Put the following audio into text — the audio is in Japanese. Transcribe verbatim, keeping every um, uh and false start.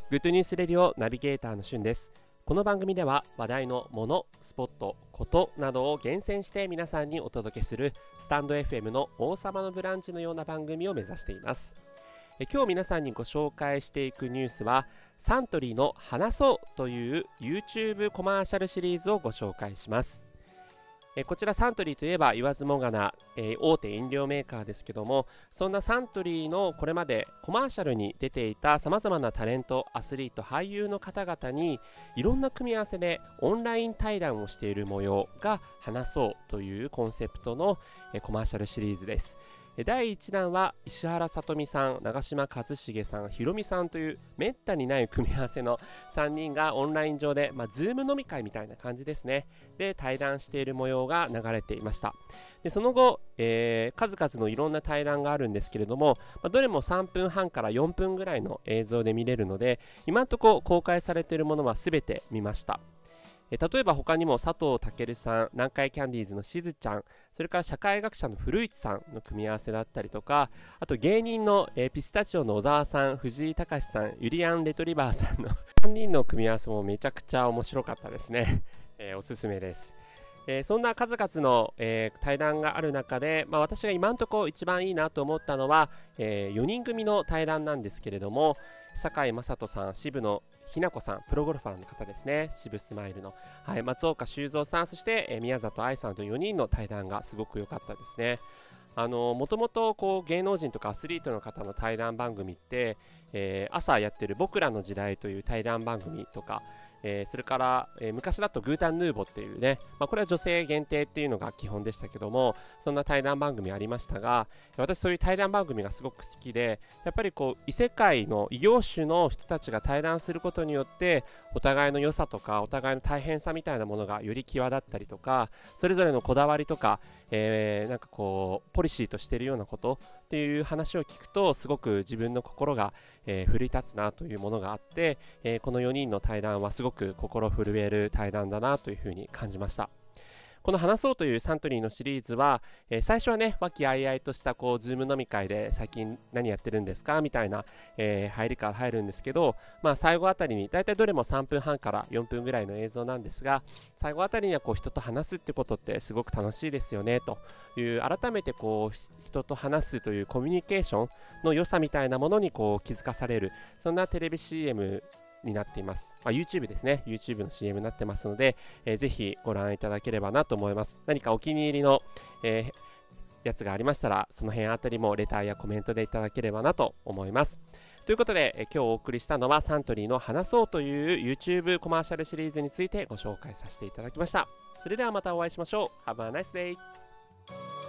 グッドニュースレディオナビゲーターのしゅんです。この番組では話題のもの、スポット、ことなどを厳選して皆さんにお届けするスタンド エフエム の王様のブランチのような番組を目指しています。え今日皆さんにご紹介していくニュースはサントリーの話そうという YouTube コマーシャルシリーズをご紹介します。えこちらサントリーといえば言わずもがな、えー大手飲料メーカーですけども、そんなサントリーのこれまでコマーシャルに出ていたさまざまなタレント、アスリート、俳優の方々にいろんな組み合わせでオンライン対談をしている模様が話そうというコンセプトのえコマーシャルシリーズです。えだいいちだんは石原さとみさん、長嶋一茂さん、ひろみさんというめったにない組み合わせのさんにんがオンライン上で、まあ、ズーム飲み会みたいな感じですねで対談している模様が流れていました。でその後、えー数々のいろんな対談があるんですけれども、まあ、どれもさんぷんはんからよんぷんぐらいの映像で見れるので、今のところ公開されているものはすべて見ました。えー例えば他にも佐藤健さん、南海キャンディーズのしずちゃん、それから社会学者の古市さんの組み合わせだったりとか、あと芸人の、えーピスタチオの小沢さん、藤井隆さん、ゆりやんレトリバーさんのさんにんの組み合わせもめちゃくちゃ面白かったですね。えーおすすめです。えーそんな数々の、えー対談がある中で、まあ、私が今のところ一番いいなと思ったのは、えーよにん組の対談なんですけれども、堺雅人さん、渋野日向子さん、プロゴルファーの方ですね、渋スマイルの、はい、松岡修造さん、そして、えー宮里藍さんとよにんの対談がすごく良かったですね。あのもともとこう芸能人とかアスリートの方の対談番組って、えー朝やってる僕らの時代という対談番組とか、えーそれから、えー昔だとグータンヌーボっていうね、まあ、これは女性限定っていうのが基本でしたけども、そんな対談番組ありましたが、私そういう対談番組がすごく好きで、やっぱりこう異世界の異業種の人たちが対談することによってお互いの良さとかお互いの大変さみたいなものがより際立ったりとか、それぞれのこだわりとか、えーなんかこうポリシーとしているようなことっていう話を聞くと、すごく自分の心が、えー奮い立つなというものがあって、えーこのよにんの対談はすごく心震える対談だなというふうに感じました。この話そうというサントリーのシリーズは、えー最初はね和気あいあいとしたこうズーム飲み会で最近何やってるんですかみたいな、えー入りから入るんですけど、まあ、最後あたりにだいたいどれもさんぷんはんからよんぷんぐらいの映像なんですが、最後あたりにはこう人と話すってことってすごく楽しいですよねという、改めてこう人と話すというコミュニケーションの良さみたいなものにこう気づかされる、そんなテレビ シーエムになっています。まあ、YouTube ですね。YouTube の シーエム になってますので、えーぜひご覧いただければなと思います。何かお気に入りの、えーやつがありましたら、その辺あたりもレターやコメントでいただければなと思います。ということで、えー今日お送りしたのはサントリーの話そうという YouTube コマーシャルシリーズについてご紹介させていただきました。それではまたお会いしましょう。Have a nice day!